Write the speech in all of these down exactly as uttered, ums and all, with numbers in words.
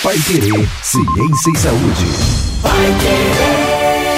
Paiquerê Ciência e Saúde. Paiquerê.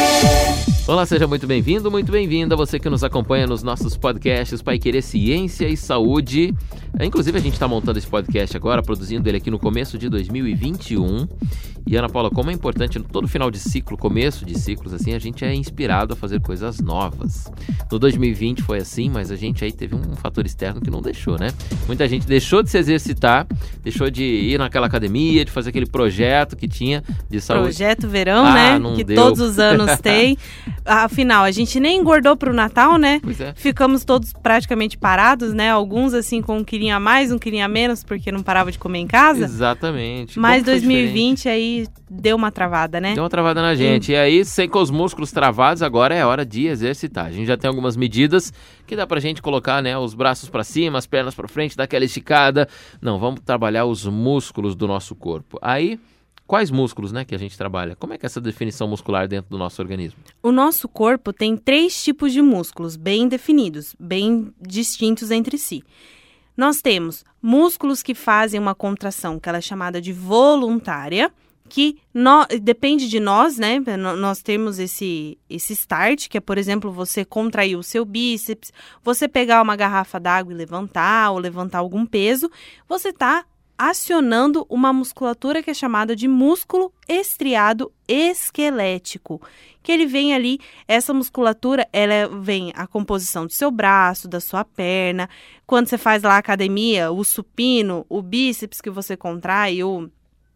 Olá, seja muito bem-vindo, muito bem-vinda, você que nos acompanha nos nossos podcasts Paiquerê Ciência e Saúde. Inclusive, a gente está montando esse podcast agora, produzindo ele aqui no começo de dois mil e vinte e um. E, Ana Paula, como é importante, todo final de ciclo, começo de ciclos, assim, a gente é inspirado a fazer coisas novas. No dois mil e vinte foi assim, mas a gente aí teve um fator externo que não deixou, né? Muita gente deixou de se exercitar, deixou de ir naquela academia, de fazer aquele projeto que tinha de saúde. Projeto Verão, ah, né? Não que deu. Todos os anos tem. Afinal, a gente nem engordou pro Natal, né? Pois é. Ficamos todos praticamente parados, né? Alguns, assim, com um quilinho a mais, um quilinho a menos, porque não parava de comer em casa. Exatamente. Mas Como foi dois mil e vinte diferente? aí deu uma travada, né? Deu uma travada na gente. Hum. E aí, sem com os músculos travados, agora é hora de exercitar. A gente já tem algumas medidas que dá pra gente colocar, né? Os braços pra cima, as pernas pra frente, dar aquela esticada. Não, vamos trabalhar os músculos do nosso corpo. Aí, quais músculos, né, que a gente trabalha? Como é que é essa definição muscular dentro do nosso organismo? O nosso corpo tem três tipos de músculos bem definidos, bem distintos entre si. Nós temos músculos que fazem uma contração, que ela é chamada de voluntária, que no, depende de nós, né? Nós temos esse, esse start, que é, por exemplo, você contrair o seu bíceps, você pegar uma garrafa d'água e levantar, ou levantar algum peso, você está acionando uma musculatura que é chamada de músculo estriado esquelético, que ele vem ali, essa musculatura, ela vem a composição do seu braço, da sua perna, quando você faz lá a academia, o supino, o bíceps que você contrai, o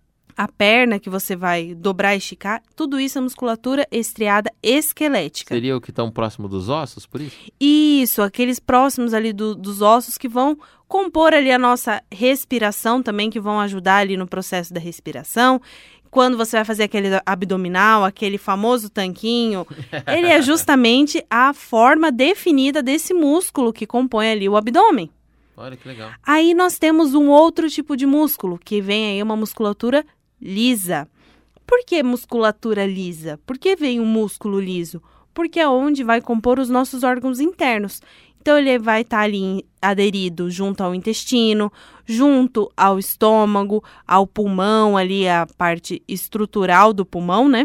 a perna que você vai dobrar e esticar, tudo isso é musculatura estriada esquelética. Seria o que estão próximo dos ossos, por isso? Isso, aqueles próximos ali do, dos ossos que vão compor ali a nossa respiração também, que vão ajudar ali no processo da respiração. Quando você vai fazer aquele abdominal, aquele famoso tanquinho, ele é justamente a forma definida desse músculo que compõe ali o abdômen. Olha que legal. Aí nós temos um outro tipo de músculo, que vem aí uma musculatura lisa. Por que musculatura lisa? Por que vem um músculo liso? Porque é onde vai compor os nossos órgãos internos. Então, ele vai estar ali aderido junto ao intestino, junto ao estômago, ao pulmão, ali a parte estrutural do pulmão, né?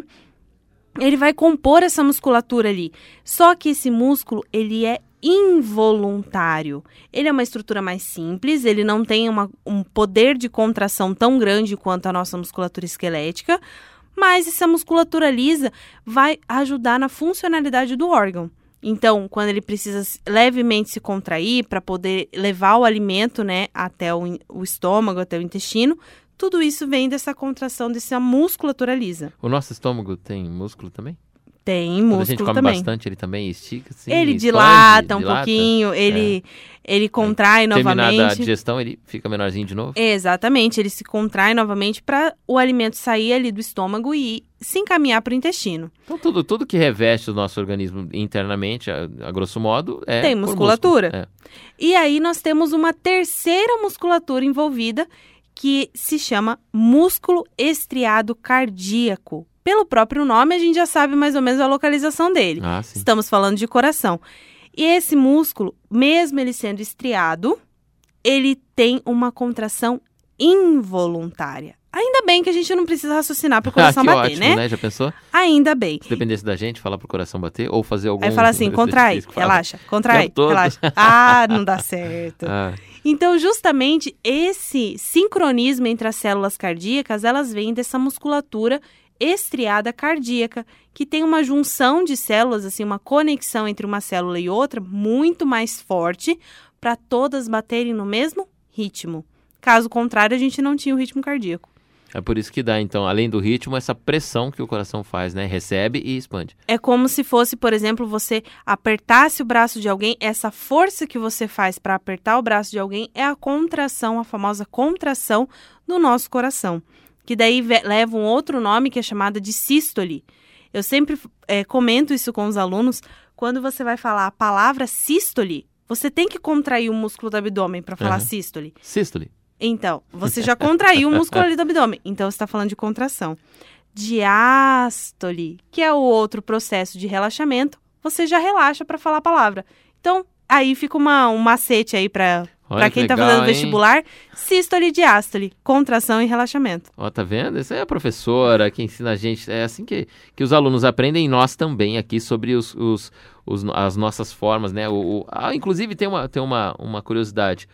Ele vai compor essa musculatura ali. Só que esse músculo, ele é involuntário. Ele é uma estrutura mais simples, ele não tem uma, um poder de contração tão grande quanto a nossa musculatura esquelética, mas essa musculatura lisa vai ajudar na funcionalidade do órgão. Então, quando ele precisa levemente se contrair para poder levar o alimento, né, até o, o estômago, até o intestino, tudo isso vem dessa contração dessa musculatura lisa. O nosso estômago tem músculo também? Tem músculo também. Quando a gente come também. bastante, ele também estica, assim, ele expande, dilata um dilata. pouquinho, ele, é. ele contrai é. novamente. Terminada a digestão, ele fica menorzinho de novo? Exatamente, ele se contrai novamente para o alimento sair ali do estômago e se encaminhar para o intestino. Então, tudo, tudo que reveste o nosso organismo internamente, a, a grosso modo, é tem musculatura. É. E aí nós temos uma terceira musculatura envolvida, que se chama músculo estriado cardíaco. Pelo próprio nome, a gente já sabe mais ou menos a localização dele. Ah, sim. Estamos falando de coração. E esse músculo, mesmo ele sendo estriado, ele tem uma contração involuntária. Ainda bem que a gente não precisa raciocinar para o coração ah, que bater, ótimo, né? né? Já pensou? Ainda bem. Se dependesse da gente, falar pro coração bater ou fazer algum... Aí fala assim, contrai, relaxa, contrai, relaxa. Ah, não dá certo. Ah. Então, justamente, esse sincronismo entre as células cardíacas, elas vêm dessa musculatura estriada cardíaca, que tem uma junção de células, assim, uma conexão entre uma célula e outra muito mais forte para todas baterem no mesmo ritmo. Caso contrário, a gente não tinha o ritmo cardíaco. É por isso que dá, então, além do ritmo, essa pressão que o coração faz, né? Recebe e expande. É como se fosse, por exemplo, você apertasse o braço de alguém, essa força que você faz para apertar o braço de alguém é a contração, a famosa contração do nosso coração. Que daí leva um outro nome que é chamado de sístole. Eu sempre é, comento isso com os alunos. Quando você vai falar a palavra sístole, você tem que contrair o músculo do abdômen para falar uhum. sístole. Sístole. Então, você já contraiu o músculo ali do abdômen. Então, você está falando de contração. Diástole, que é o outro processo de relaxamento, você já relaxa para falar a palavra. Então, aí fica uma, um macete aí para Para quem está fazendo vestibular, sístole e diástole, contração e relaxamento. Ó, tá vendo? Essa é a professora que ensina a gente. É assim que, que os alunos aprendem e nós também aqui sobre os, os, os, as nossas formas, né? O, o, ah, inclusive tem, uma, tem uma, uma curiosidade.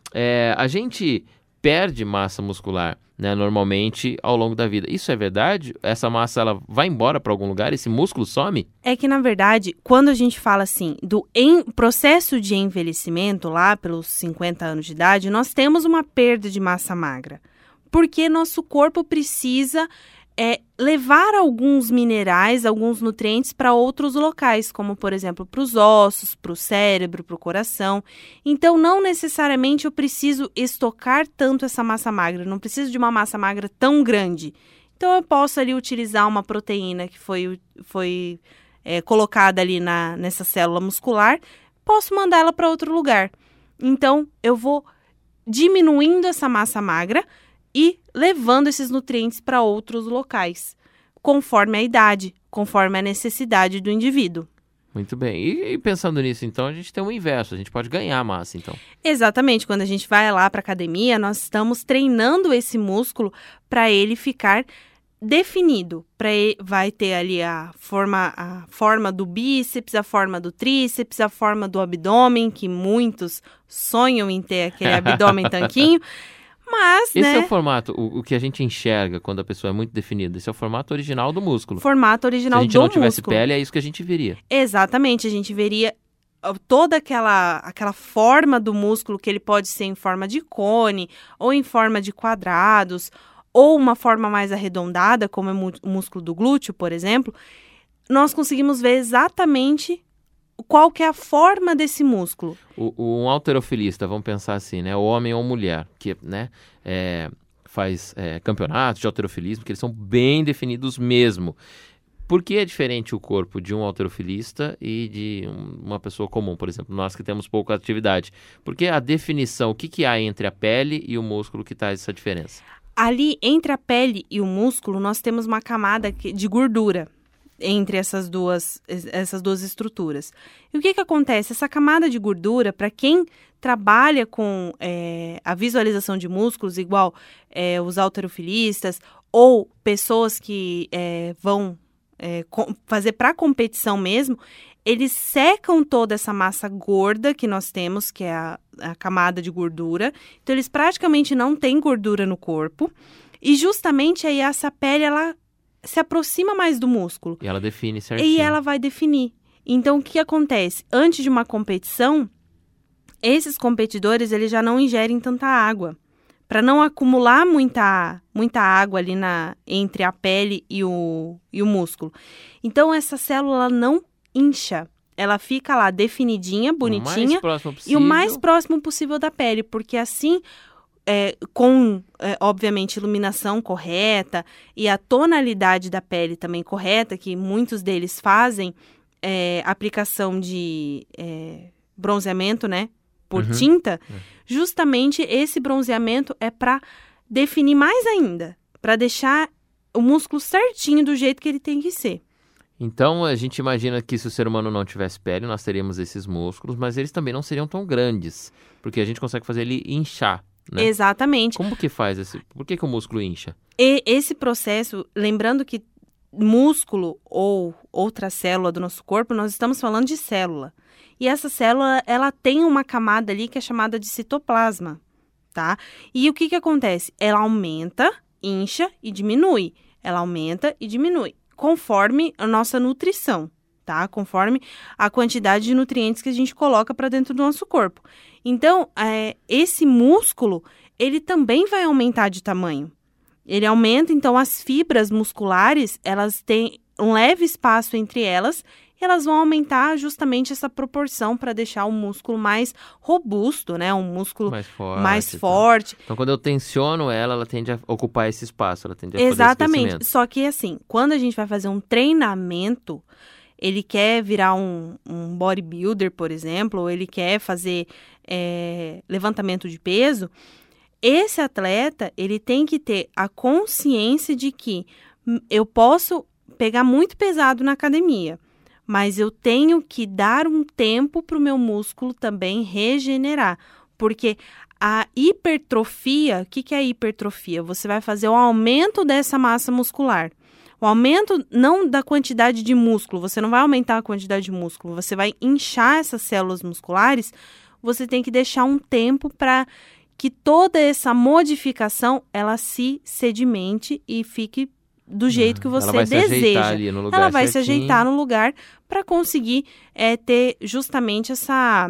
É, a gente perde massa muscular, né, normalmente ao longo da vida. Isso é verdade? Essa massa ela vai embora para algum lugar? Esse músculo some? É que, na verdade, quando a gente fala assim do em, processo de envelhecimento, lá pelos cinquenta anos de idade, nós temos uma perda de massa magra. Porque nosso corpo precisa é, levar alguns minerais, alguns nutrientes para outros locais, como, por exemplo, para os ossos, para o cérebro, para o coração. Então, não necessariamente eu preciso estocar tanto essa massa magra, não preciso de uma massa magra tão grande. Então, eu posso ali utilizar uma proteína que foi, foi é, colocada ali na, nessa célula muscular, posso mandar ela para outro lugar. Então, eu vou diminuindo essa massa magra e levando esses nutrientes para outros locais, conforme a idade, conforme a necessidade do indivíduo. Muito bem. E, e pensando nisso, então, a gente tem o inverso, a gente pode ganhar massa, então. Exatamente. Quando a gente vai lá para a academia, nós estamos treinando esse músculo para ele ficar definido. Pra ele, vai ter ali a forma, a forma do bíceps, a forma do tríceps, a forma do abdômen, que muitos sonham em ter aquele abdômen tanquinho. Mas, esse né? é o formato, o, o que a gente enxerga quando a pessoa é muito definida. Esse é o formato original do músculo. Formato original do músculo. Se a gente não tivesse músculo. Pele, é isso que a gente veria. Exatamente, a gente veria toda aquela, aquela forma do músculo, que ele pode ser em forma de cone, ou em forma de quadrados, ou uma forma mais arredondada, como é o músculo do glúteo, por exemplo. Nós conseguimos ver exatamente qual que é a forma desse músculo. O, um halterofilista, vamos pensar assim, né? O homem ou mulher, que né, é, faz é, campeonatos de halterofilismo, que eles são bem definidos mesmo. Por que é diferente o corpo de um halterofilista e de um, uma pessoa comum, por exemplo, nós que temos pouca atividade? Porque a definição, o que, que há entre a pele e o músculo que traz essa diferença? Ali, entre a pele e o músculo, nós temos uma camada de gordura entre essas duas, essas duas estruturas. E o que que acontece? Essa camada de gordura, para quem trabalha com é, a visualização de músculos, igual é, os halterofilistas, ou pessoas que é, vão é, com, fazer para competição mesmo, eles secam toda essa massa gorda que nós temos, que é a, a camada de gordura. Então, eles praticamente não têm gordura no corpo. E justamente aí essa pele, ela se aproxima mais do músculo. E ela define certinho. E ela vai definir. Então, o que acontece? Antes de uma competição, esses competidores, eles já não ingerem tanta água. Para não acumular muita, muita água ali na, entre a pele e o, e o músculo. Então, essa célula não incha. Ela fica lá definidinha, bonitinha. O mais próximo possível. E o mais próximo possível da pele. Porque assim... É, com, é, obviamente, iluminação correta e a tonalidade da pele também correta, que muitos deles fazem é, aplicação de é, bronzeamento, né, por uhum. tinta, uhum. justamente esse bronzeamento é para definir mais ainda, para deixar o músculo certinho do jeito que ele tem que ser. Então, a gente imagina que se o ser humano não tivesse pele, nós teríamos esses músculos, mas eles também não seriam tão grandes, porque a gente consegue fazer ele inchar. Né? Exatamente. Como que faz esse? Por que que o músculo incha? E esse processo, lembrando que músculo ou outra célula do nosso corpo, nós estamos falando de célula. E essa célula, ela tem uma camada ali que é chamada de citoplasma, tá? E o que que acontece? Ela aumenta, incha e diminui. Ela aumenta e diminui, conforme a nossa nutrição, tá? Conforme a quantidade de nutrientes que a gente coloca para dentro do nosso corpo. Então, é, esse músculo, ele também vai aumentar de tamanho. Ele aumenta, então, as fibras musculares, elas têm um leve espaço entre elas e elas vão aumentar justamente essa proporção para deixar o músculo mais robusto, né? Um músculo mais forte. Mais forte. Então, quando eu tensiono ela, ela tende a ocupar esse espaço, ela tende a Exatamente. fazer esse crescimento. Só que, assim, quando a gente vai fazer um treinamento... Ele quer virar um, um bodybuilder, por exemplo, ou ele quer fazer é, levantamento de peso, esse atleta, ele tem que ter a consciência de que eu posso pegar muito pesado na academia, mas eu tenho que dar um tempo para o meu músculo também regenerar, Porque a hipertrofia, o que, que é a hipertrofia? Você vai fazer o aumento dessa massa muscular. O aumento não da quantidade de músculo, você não vai aumentar a quantidade de músculo, você vai inchar essas células musculares, você tem que deixar um tempo para que toda essa modificação, ela se sedimente e fique do jeito que você ela vai deseja. Se ajeitar ali no lugar ela vai certinho. se ajeitar no lugar para conseguir é, ter justamente essa,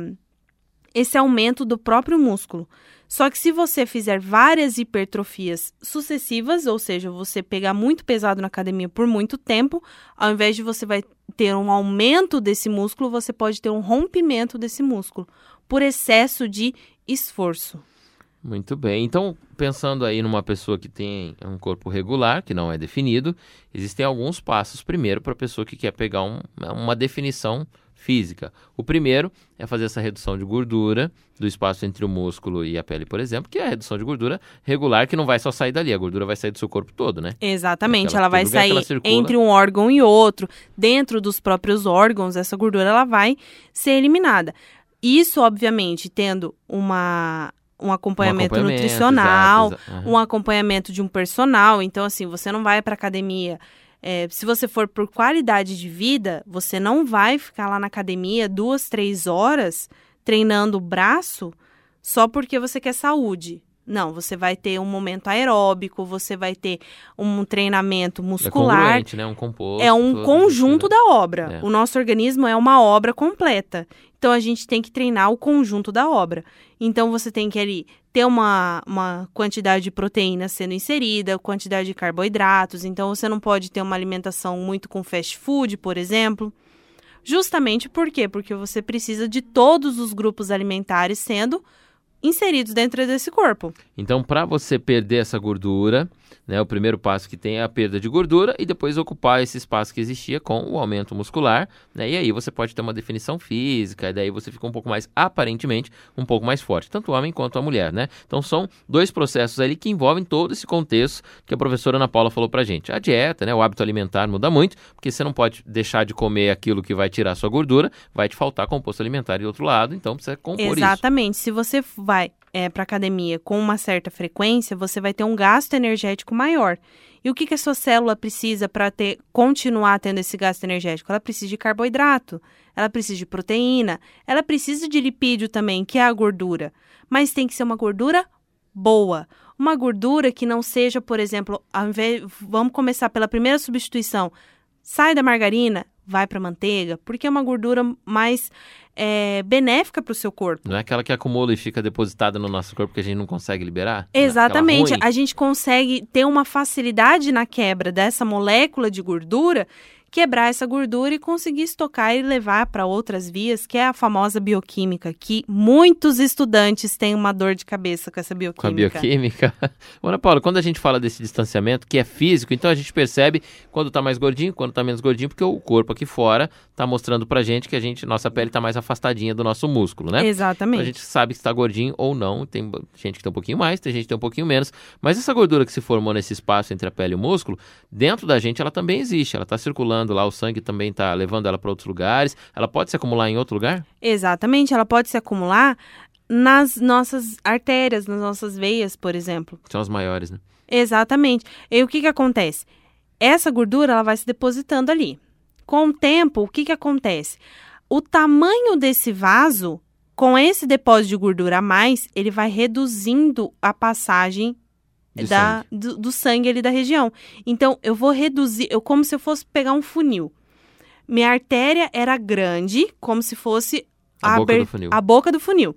esse aumento do próprio músculo. Só que se você fizer várias hipertrofias sucessivas, ou seja, você pegar muito pesado na academia por muito tempo, ao invés de você vai ter um aumento desse músculo, você pode ter um rompimento desse músculo por excesso de esforço. Muito bem. Então, pensando aí numa pessoa que tem um corpo regular, que não é definido, existem alguns passos primeiro para a pessoa que quer pegar um, uma definição física. O primeiro é fazer essa redução de gordura do espaço entre o músculo e a pele, por exemplo, que é a redução de gordura regular, que não vai só sair dali, a gordura vai sair do seu corpo todo, né? Exatamente, Aquela, ela vai sair ela entre um órgão e outro, dentro dos próprios órgãos, essa gordura ela vai ser eliminada. Isso, obviamente, tendo uma... um acompanhamento, um acompanhamento nutricional, exato, exato. Uhum. Um acompanhamento de um personal. Então, assim, você não vai para academia. É, se você for por qualidade de vida, você não vai ficar lá na academia duas, três horas treinando o braço só porque você quer saúde. Não, você vai ter um momento aeróbico, você vai ter um treinamento muscular. É congruente, né? Um composto. É um conjunto da obra. É. O nosso organismo é uma obra completa. Então, a gente tem que treinar o conjunto da obra. Então, você tem que ali ter uma, uma quantidade de proteína sendo inserida, quantidade de carboidratos. Então, você não pode ter uma alimentação muito com fast food, por exemplo. Justamente por quê? Porque você precisa de todos os grupos alimentares sendo inseridos dentro desse corpo. Então, para você perder essa gordura, né, o primeiro passo que tem é a perda de gordura e depois ocupar esse espaço que existia com o aumento muscular, né, e aí você pode ter uma definição física, e daí você fica um pouco mais, aparentemente, um pouco mais forte, tanto o homem quanto a mulher, né? Então, são dois processos ali que envolvem todo esse contexto que a professora Ana Paula falou pra gente. A dieta, né, o hábito alimentar muda muito, porque você não pode deixar de comer aquilo que vai tirar sua gordura, vai te faltar composto alimentar do outro lado, então precisa compor isso. Exatamente. Se você vai é, para academia com uma certa frequência, você vai ter um gasto energético maior. E o que, que a sua célula precisa para ter, continuar tendo esse gasto energético? Ela precisa de carboidrato, ela precisa de proteína, ela precisa de lipídio também, que é a gordura. Mas tem que ser uma gordura boa. Uma gordura que não seja, por exemplo, ao invés, vamos começar pela primeira substituição. Sai da margarina, vai para a manteiga, porque é uma gordura mais é, benéfica para o seu corpo. Não é aquela que acumula e fica depositada no nosso corpo que a gente não consegue liberar? Exatamente. A gente consegue ter uma facilidade na quebra dessa molécula de gordura, quebrar essa gordura e conseguir estocar e levar para outras vias, que é a famosa bioquímica, que muitos estudantes têm uma dor de cabeça com essa bioquímica. Com a bioquímica. Ana Paula, quando a gente fala desse distanciamento, que é físico, então a gente percebe quando está mais gordinho, quando está menos gordinho, porque o corpo aqui fora está mostrando pra gente que a gente, nossa pele está mais afastadinha do nosso músculo, né? Exatamente. Então a gente sabe se está gordinho ou não, tem gente que tem um pouquinho mais, tem gente que tem um pouquinho menos, mas essa gordura que se formou nesse espaço entre a pele e o músculo, dentro da gente ela também existe, ela está circulando lá, o sangue também está levando ela para outros lugares. Ela pode se acumular em outro lugar? Exatamente, ela pode se acumular nas nossas artérias, nas nossas veias, por exemplo. São as maiores, né? Exatamente. E o que que acontece? Essa gordura ela vai se depositando ali. Com o tempo, o que que acontece? O tamanho desse vaso, com esse depósito de gordura a mais, ele vai reduzindo a passagem Da, sangue. Do, do sangue ali da região. Então, eu vou reduzir, eu como se eu fosse pegar um funil. Minha artéria era grande, como se fosse a, a, boca, aber, do funil. a boca do funil.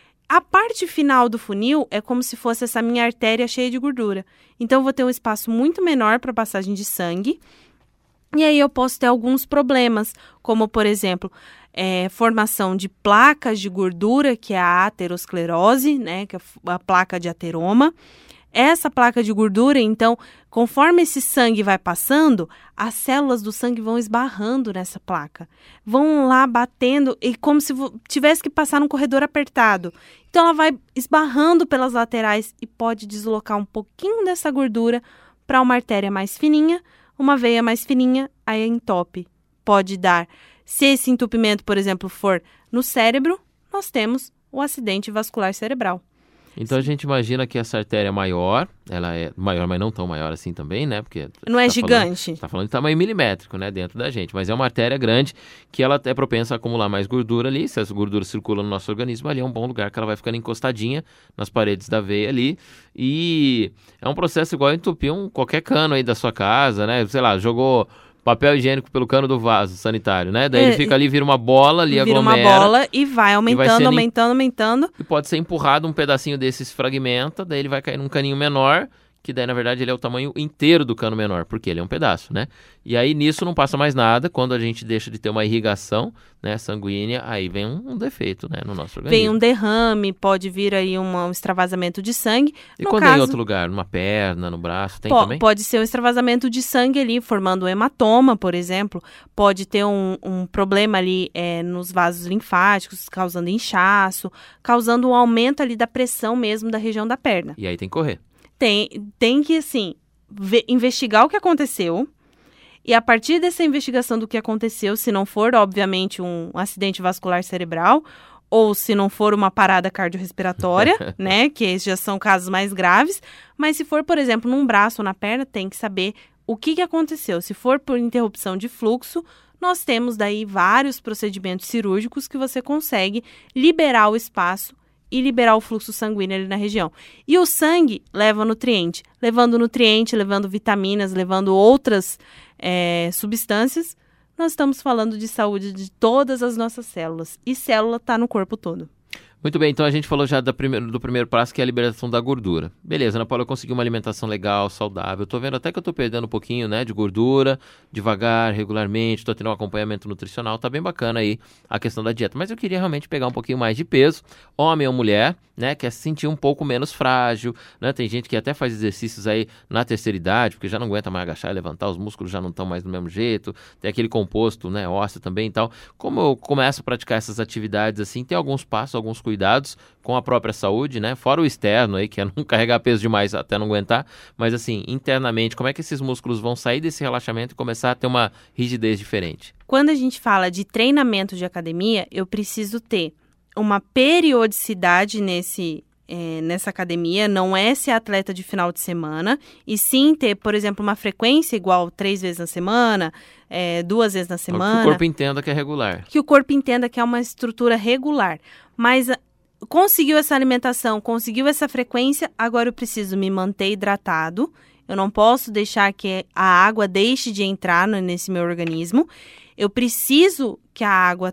A parte final do funil é como se fosse essa minha artéria cheia de gordura. Então, eu vou ter um espaço muito menor para passagem de sangue. E aí, eu posso ter alguns problemas, como, por exemplo, é, formação de placas de gordura, que é a aterosclerose, né, que é a placa de ateroma. Essa placa de gordura, então, conforme esse sangue vai passando, as células do sangue vão esbarrando nessa placa. Vão lá batendo, e como se tivesse que passar num corredor apertado. Então, ela vai esbarrando pelas laterais e pode deslocar um pouquinho dessa gordura para uma artéria mais fininha, uma veia mais fininha, aí entope. Pode dar, se esse entupimento, por exemplo, for no cérebro, nós temos o acidente vascular cerebral. Então a gente imagina que essa artéria maior, ela é maior, mas não tão maior assim também, né? Porque não é tá gigante. Falando, tá falando de tamanho milimétrico, né? Dentro da gente. Mas é uma artéria grande que ela é propensa a acumular mais gordura ali. Se essa gordura circula no nosso organismo, ali é um bom lugar que ela vai ficando encostadinha nas paredes da veia ali. E é um processo igual entupir um, qualquer cano aí da sua casa, né? Sei lá, jogou papel higiênico pelo cano do vaso sanitário, né? Daí é, ele fica ali, vira uma bola ali, vira aglomera. Vira uma bola e vai aumentando, e vai aumentando, aumentando. E pode ser empurrado, um pedacinho desse se fragmenta, daí ele vai cair num caninho menor, que daí, na verdade, ele é o tamanho inteiro do cano menor, porque ele é um pedaço, né? E aí, nisso não passa mais nada, quando a gente deixa de ter uma irrigação, né, sanguínea, aí vem um, um defeito, né, no nosso organismo. Vem um derrame, pode vir aí uma, um extravasamento de sangue. E no quando caso, é em outro lugar? Numa perna, no braço, tem po- também? Pode ser um extravasamento de sangue ali, formando um hematoma, por exemplo. Pode ter um, um problema ali é, nos vasos linfáticos, causando inchaço, causando um aumento ali da pressão mesmo da região da perna. E aí tem que correr. Tem, tem que, assim, ver, investigar o que aconteceu. E a partir dessa investigação do que aconteceu, se não for, obviamente, um acidente vascular cerebral, ou se não for uma parada cardiorrespiratória, né, que esses já são casos mais graves, mas se for, por exemplo, num braço ou na perna, tem que saber o que, que aconteceu. Se for por interrupção de fluxo, nós temos daí vários procedimentos cirúrgicos que você consegue liberar o espaço e liberar o fluxo sanguíneo ali na região. E o sangue leva nutriente. Levando nutriente, levando vitaminas, levando outras é, substâncias, nós estamos falando de saúde de todas as nossas células. E célula está no corpo todo. Muito bem, então a gente falou já do primeiro, do primeiro passo, que é a liberação da gordura. Beleza, Ana Paula, eu consegui uma alimentação legal, saudável. Tô vendo até que eu tô perdendo um pouquinho, né, de gordura, devagar, regularmente, tô tendo um acompanhamento nutricional, tá bem bacana aí a questão da dieta. Mas eu queria realmente pegar um pouquinho mais de peso, homem ou mulher, né, quer se sentir um pouco menos frágil, né? Tem gente que até faz exercícios aí na terceira idade, porque já não aguenta mais agachar e levantar, os músculos já não estão mais do mesmo jeito, tem aquele composto, né, ósseo também e tal. Como eu começo a praticar essas atividades assim, tem alguns passos, alguns cuidados com a própria saúde, né? Fora o externo aí, que é não carregar peso demais até não aguentar, mas assim, internamente, como é que esses músculos vão sair desse relaxamento e começar a ter uma rigidez diferente? Quando a gente fala de treinamento de academia, eu preciso ter uma periodicidade nesse, é, nessa academia, não é ser atleta de final de semana, e sim ter, por exemplo, uma frequência igual três vezes na semana, é, duas vezes na semana. Que o corpo entenda que é regular. Que o corpo entenda que é uma estrutura regular. Mas conseguiu essa alimentação, conseguiu essa frequência, agora eu preciso me manter hidratado. Eu não posso deixar que a água deixe de entrar nesse meu organismo. Eu preciso que a água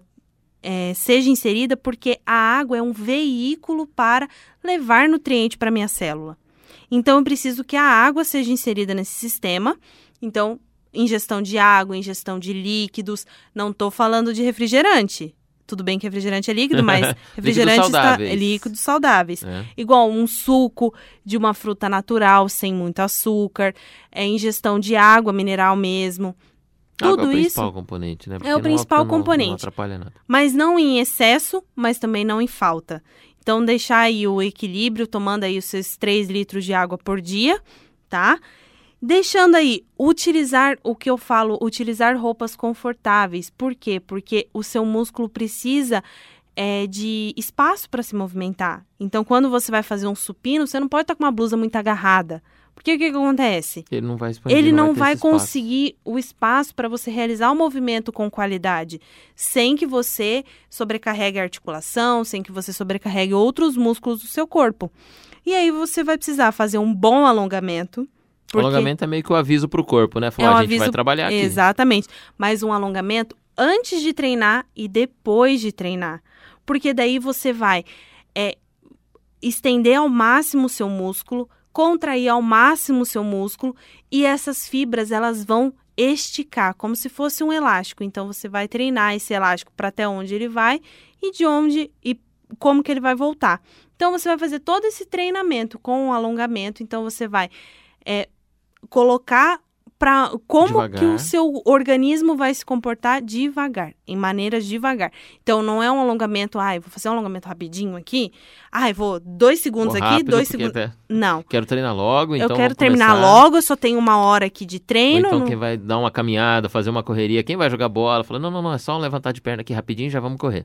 é, seja inserida porque a água é um veículo para levar nutriente para a minha célula. Então, eu preciso que a água seja inserida nesse sistema. Então, ingestão de água, ingestão de líquidos. Não estou falando de refrigerante. Tudo bem que refrigerante é líquido, mas refrigerante está é líquidos saudáveis. É. Igual um suco de uma fruta natural, sem muito açúcar. É ingestão de água mineral mesmo. Tudo água é o isso principal componente, né? Porque é o principal não, componente. Não atrapalha nada. Mas não em excesso, mas também não em falta. Então, deixar aí o equilíbrio, tomando aí os seus três litros de água por dia, tá? Deixando aí, utilizar o que eu falo, utilizar roupas confortáveis. Por quê? Porque o seu músculo precisa é, de espaço para se movimentar. Então, quando você vai fazer um supino, você não pode estar com uma blusa muito agarrada. Porque o que, que acontece? Ele não vai expandir, Ele não, não vai, vai conseguir o espaço para você realizar o movimento com qualidade, sem que você sobrecarregue a articulação, sem que você sobrecarregue outros músculos do seu corpo. E aí você vai precisar fazer um bom alongamento. O alongamento é meio que o aviso para o corpo, né? Falar, é um a gente aviso, vai trabalhar aqui. Exatamente. Mas um alongamento antes de treinar e depois de treinar. Porque daí você vai é, estender ao máximo o seu músculo, contrair ao máximo o seu músculo e essas fibras elas vão esticar, como se fosse um elástico. Então, você vai treinar esse elástico para até onde ele vai e de onde e como que ele vai voltar. Então, você vai fazer todo esse treinamento com o alongamento. Então, você vai é, colocar para como devagar. Que o seu organismo vai se comportar devagar, em maneiras devagar. Então, não é um alongamento, ai, vou fazer um alongamento rapidinho aqui, ai, vou dois segundos vou aqui, rápido, dois segundos. Até... Não. Quero treinar logo, então eu quero vamos terminar começar... logo, eu só tenho uma hora aqui de treino. Ou então não... quem vai dar uma caminhada, fazer uma correria, quem vai jogar bola, fala, não, não, não, é só um levantar de perna aqui rapidinho e já vamos correr. É,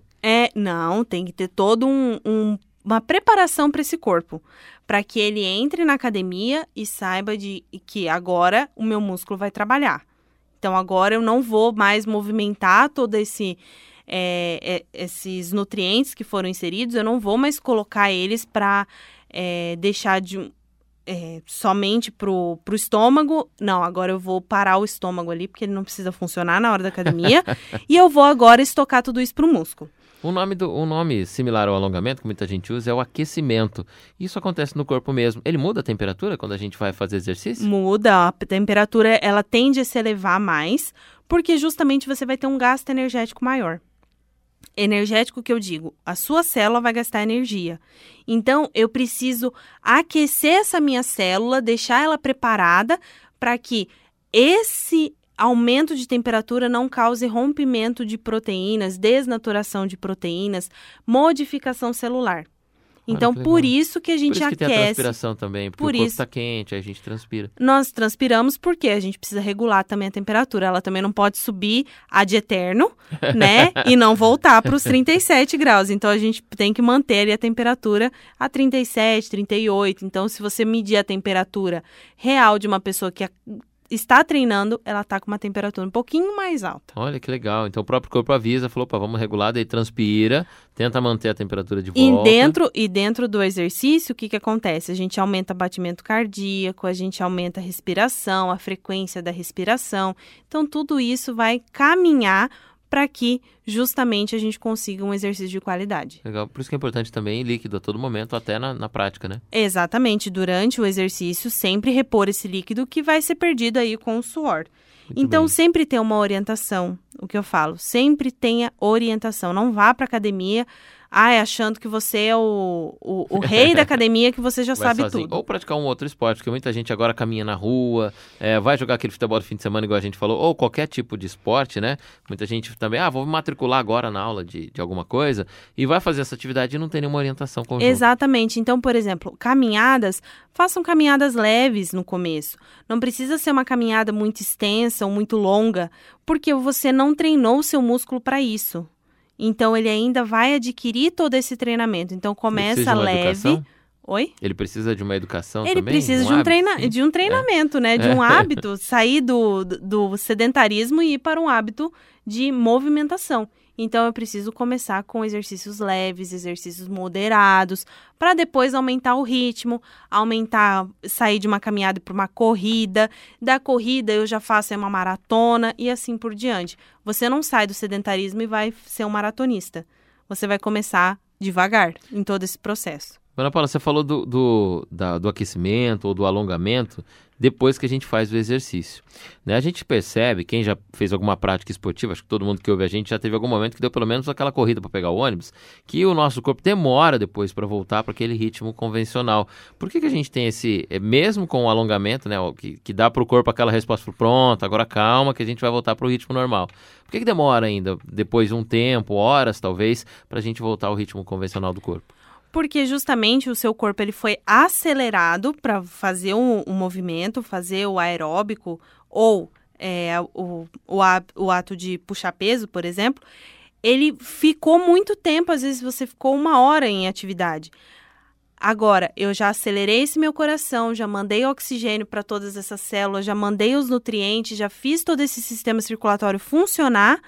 Não, tem que ter todo um, um, uma preparação para esse corpo, para que ele entre na academia e saiba de que agora o meu músculo vai trabalhar. Então, agora eu não vou mais movimentar todo esse... É, é, esses nutrientes que foram inseridos, eu não vou mais colocar eles para é, deixar de, é, somente pro, pro estômago. Não, agora eu vou parar o estômago ali, porque ele não precisa funcionar na hora da academia. E eu vou agora estocar tudo isso pro músculo. Um nome, do, um nome similar ao alongamento, que muita gente usa, é o aquecimento. Isso acontece no corpo mesmo. Ele muda a temperatura quando a gente vai fazer exercício? Muda. A temperatura, ela tende a se elevar mais, porque justamente você vai ter um gasto energético maior. Energético que eu digo, a sua célula vai gastar energia. Então, eu preciso aquecer essa minha célula, deixar ela preparada para que esse aumento de temperatura não cause rompimento de proteínas, desnaturação de proteínas, modificação celular. Então, Olha, por isso que a gente Por isso que aquece. tem a transpiração também, porque Por o corpo isso. está quente, aí a gente transpira. Nós transpiramos porque a gente precisa regular também a temperatura. Ela também não pode subir ad eterno, né? E não voltar para os trinta e sete graus. Então, a gente tem que manter ali a temperatura a trinta e sete, trinta e oito. Então, se você medir a temperatura real de uma pessoa que está treinando, ela está com uma temperatura um pouquinho mais alta. Olha que legal. Então, o próprio corpo avisa, falou, pá, vamos regular, daí transpira, tenta manter a temperatura de volta. E dentro, e dentro do exercício, o que, que acontece? A gente aumenta o batimento cardíaco, a gente aumenta a respiração, a frequência da respiração. Então, tudo isso vai caminhar para que justamente a gente consiga um exercício de qualidade. Legal. Por isso que é importante também líquido a todo momento, até na, na prática, né? Exatamente. Durante o exercício, sempre repor esse líquido que vai ser perdido aí com o suor. Muito Então, bem. sempre ter uma orientação, o que eu falo, sempre tenha orientação. Não vá para academia, ai, achando que você é o, o, o rei da academia, que você já Vai sabe sozinho. tudo. Ou praticar um outro esporte, porque muita gente agora caminha na rua, é, vai jogar aquele futebol de fim de semana, igual a gente falou, ou qualquer tipo de esporte, né? Muita gente também, ah, vou me matricular agora na aula de, de alguma coisa, e vai fazer essa atividade e não tem nenhuma orientação conjunta. Exatamente. Então, por exemplo, caminhadas, façam caminhadas leves no começo. Não precisa ser uma caminhada muito extensa ou muito longa, porque você não treinou o seu músculo para isso. Então, ele ainda vai adquirir todo esse treinamento. Então, Ele precisa começa de uma leve. educação? Oi? Ele precisa de uma educação Ele também? precisa de, um hábito, treina... sim? de um treinamento, né? De um hábito, sair do, do sedentarismo e ir para um hábito de movimentação. Então, eu preciso começar com exercícios leves, exercícios moderados, para depois aumentar o ritmo, aumentar, sair de uma caminhada para uma corrida. Da corrida, eu já faço uma maratona e assim por diante. Você não sai do sedentarismo e vai ser um maratonista. Você vai começar devagar em todo esse processo. Ana Paula, você falou do, do, da, do aquecimento ou do alongamento depois que a gente faz o exercício, né? A gente percebe, quem já fez alguma prática esportiva, acho que todo mundo que ouve a gente já teve algum momento que deu pelo menos aquela corrida para pegar o ônibus, que o nosso corpo demora depois para voltar para aquele ritmo convencional. Por que, que a gente tem esse, mesmo com o alongamento, né, que, que dá para o corpo aquela resposta, pronto, agora calma que a gente vai voltar para o ritmo normal. Por que, que demora ainda, depois de um tempo, horas talvez, para a gente voltar ao ritmo convencional do corpo? Porque justamente o seu corpo ele foi acelerado para fazer um, um movimento, fazer o aeróbico ou é, o, o, o ato de puxar peso, por exemplo. Ele ficou muito tempo, às vezes você ficou uma hora em atividade. Agora, eu já acelerei esse meu coração, já mandei oxigênio para todas essas células, já mandei os nutrientes, já fiz todo esse sistema circulatório funcionar.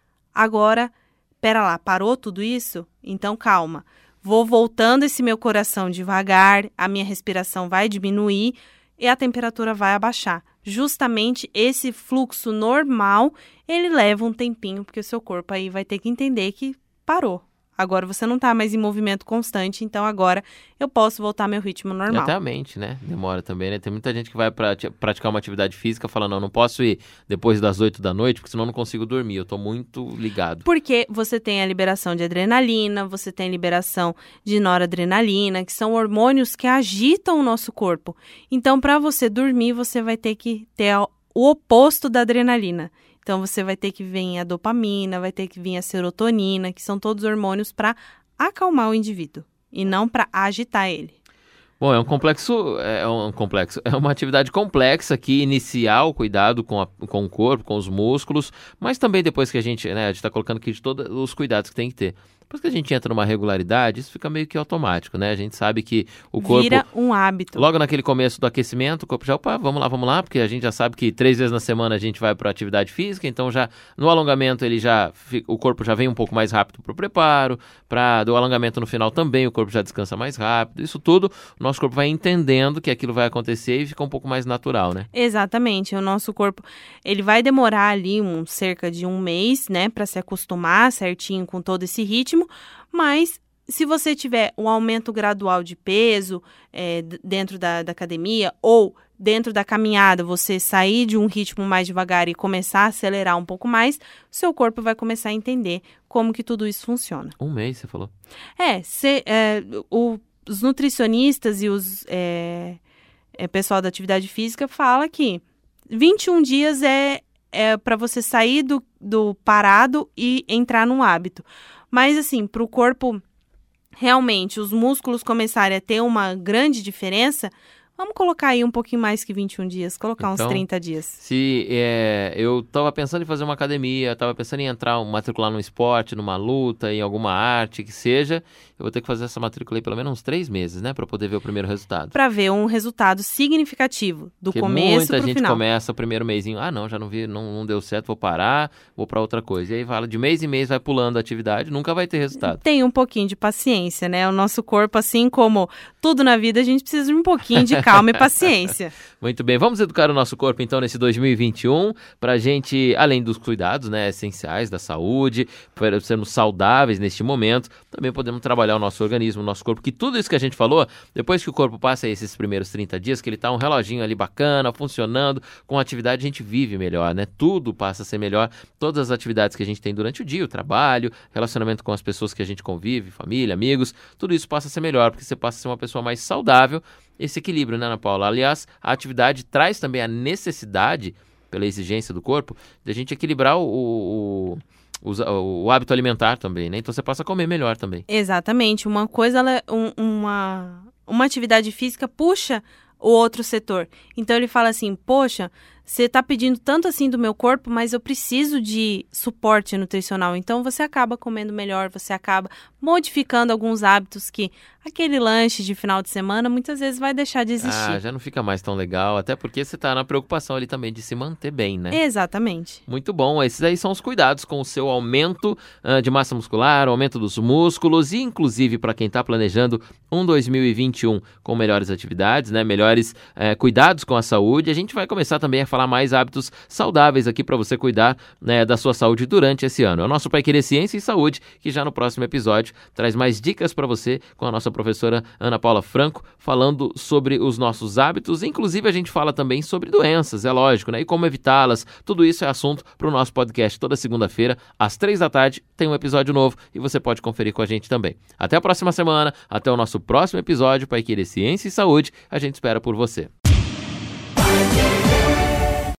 Agora, pera lá, parou tudo isso? Então, calma. Vou voltando esse meu coração devagar, a minha respiração vai diminuir e a temperatura vai abaixar. Justamente esse fluxo normal, ele leva um tempinho, porque o seu corpo aí vai ter que entender que parou. Agora você não está mais em movimento constante, então agora eu posso voltar ao meu ritmo E normal. até a mente, né? Demora também, né? Tem muita gente que vai prati- praticar uma atividade física e fala, não, não posso ir depois das oito da noite, porque senão eu não consigo dormir, eu tô muito ligado. Porque você tem a liberação de adrenalina, você tem a liberação de noradrenalina, que são hormônios que agitam o nosso corpo. Então, para você dormir, você vai ter que ter o oposto da adrenalina. Então, você vai ter que vir a dopamina, vai ter que vir a serotonina, que são todos hormônios para acalmar o indivíduo e não para agitar ele. Bom, é um complexo, é um complexo, é uma atividade complexa que inicia o cuidado com, a, com o corpo, com os músculos, mas também depois que a gente, né, a gente está colocando aqui de todos os cuidados que tem que ter. Depois que a gente entra numa regularidade, isso fica meio que automático, né? A gente sabe que o corpo... Vira um hábito. Logo naquele começo do aquecimento, o corpo já, opa, vamos lá, vamos lá, porque a gente já sabe que três vezes na semana a gente vai para atividade física, então já no alongamento ele já, o corpo já vem um pouco mais rápido para o preparo, para do alongamento no final também o corpo já descansa mais rápido, isso tudo, o nosso corpo vai entendendo que aquilo vai acontecer e fica um pouco mais natural, né? Exatamente, o nosso corpo, ele vai demorar ali um, cerca de um mês, né, para se acostumar certinho com todo esse ritmo, mas se você tiver um aumento gradual de peso é, dentro da, da academia ou dentro da caminhada, você sair de um ritmo mais devagar e começar a acelerar um pouco mais, seu corpo vai começar a entender como que tudo isso funciona. Um mês, você falou? É, se, é o, os nutricionistas e os é, é, pessoal da atividade física fala que vinte e um dias é, é para você sair do, do parado e entrar num hábito. Mas assim, para o corpo realmente, os músculos começarem a ter uma grande diferença, vamos colocar aí um pouquinho mais que vinte e um dias, colocar então, uns trinta dias. Se é, eu estava pensando em fazer uma academia, estava pensando em entrar, matricular num esporte, numa luta, em alguma arte, que seja, eu vou ter que fazer essa matrícula aí pelo menos uns três meses, né? Para poder ver o primeiro resultado. Para ver um resultado significativo, do Porque começo para o final. Muita gente começa o primeiro mêsinho, ah não, já não vi, não, não deu certo, vou parar, vou para outra coisa. E aí fala de mês em mês, vai pulando a atividade, nunca vai ter resultado. Tem um pouquinho de paciência, né? O nosso corpo, assim como tudo na vida, a gente precisa de um pouquinho de calma e paciência. Muito bem, vamos educar o nosso corpo então nesse dois mil e vinte e um, para a gente, além dos cuidados, né, essenciais da saúde, para sermos saudáveis neste momento, também podemos trabalhar o nosso organismo, o nosso corpo, que tudo isso que a gente falou, depois que o corpo passa esses primeiros trinta dias, que ele tá um reloginho ali bacana, funcionando, com atividade a gente vive melhor, né? Tudo passa a ser melhor, todas as atividades que a gente tem durante o dia, o trabalho, relacionamento com as pessoas que a gente convive, família, amigos, tudo isso passa a ser melhor, porque você passa a ser uma pessoa mais saudável, esse equilíbrio, né, Ana Paula? Aliás, a atividade traz também a necessidade, pela exigência do corpo, de a gente equilibrar o, o, o, o hábito alimentar também, né? Então você passa a comer melhor também. Exatamente. Uma coisa, ela, um, uma, uma atividade física puxa o outro setor. Então ele fala assim, poxa, você está pedindo tanto assim do meu corpo, mas eu preciso de suporte nutricional. Então você acaba comendo melhor, você acaba modificando alguns hábitos que aquele lanche de final de semana muitas vezes vai deixar de existir. Ah, já não fica mais tão legal, até porque você está na preocupação ali também de se manter bem, né? Exatamente. Muito bom, esses aí são os cuidados com o seu aumento uh, de massa muscular, aumento dos músculos e inclusive para quem está planejando um dois mil e vinte e um com melhores atividades, né? Melhores uh, cuidados com a saúde. A gente vai começar também a falar mais hábitos saudáveis aqui para você cuidar, né, da sua saúde durante esse ano. É o nosso Pai Querer Ciência e Saúde, que já no próximo episódio traz mais dicas para você com a nossa professora Ana Paula Franco, falando sobre os nossos hábitos. Inclusive a gente fala também sobre doenças, é lógico, né? E como evitá-las. Tudo isso é assunto para o nosso podcast toda segunda-feira, às três da tarde, tem um episódio novo e você pode conferir com a gente também. Até a próxima semana, até o nosso próximo episódio, Pai Querer Ciência e Saúde. A gente espera por você.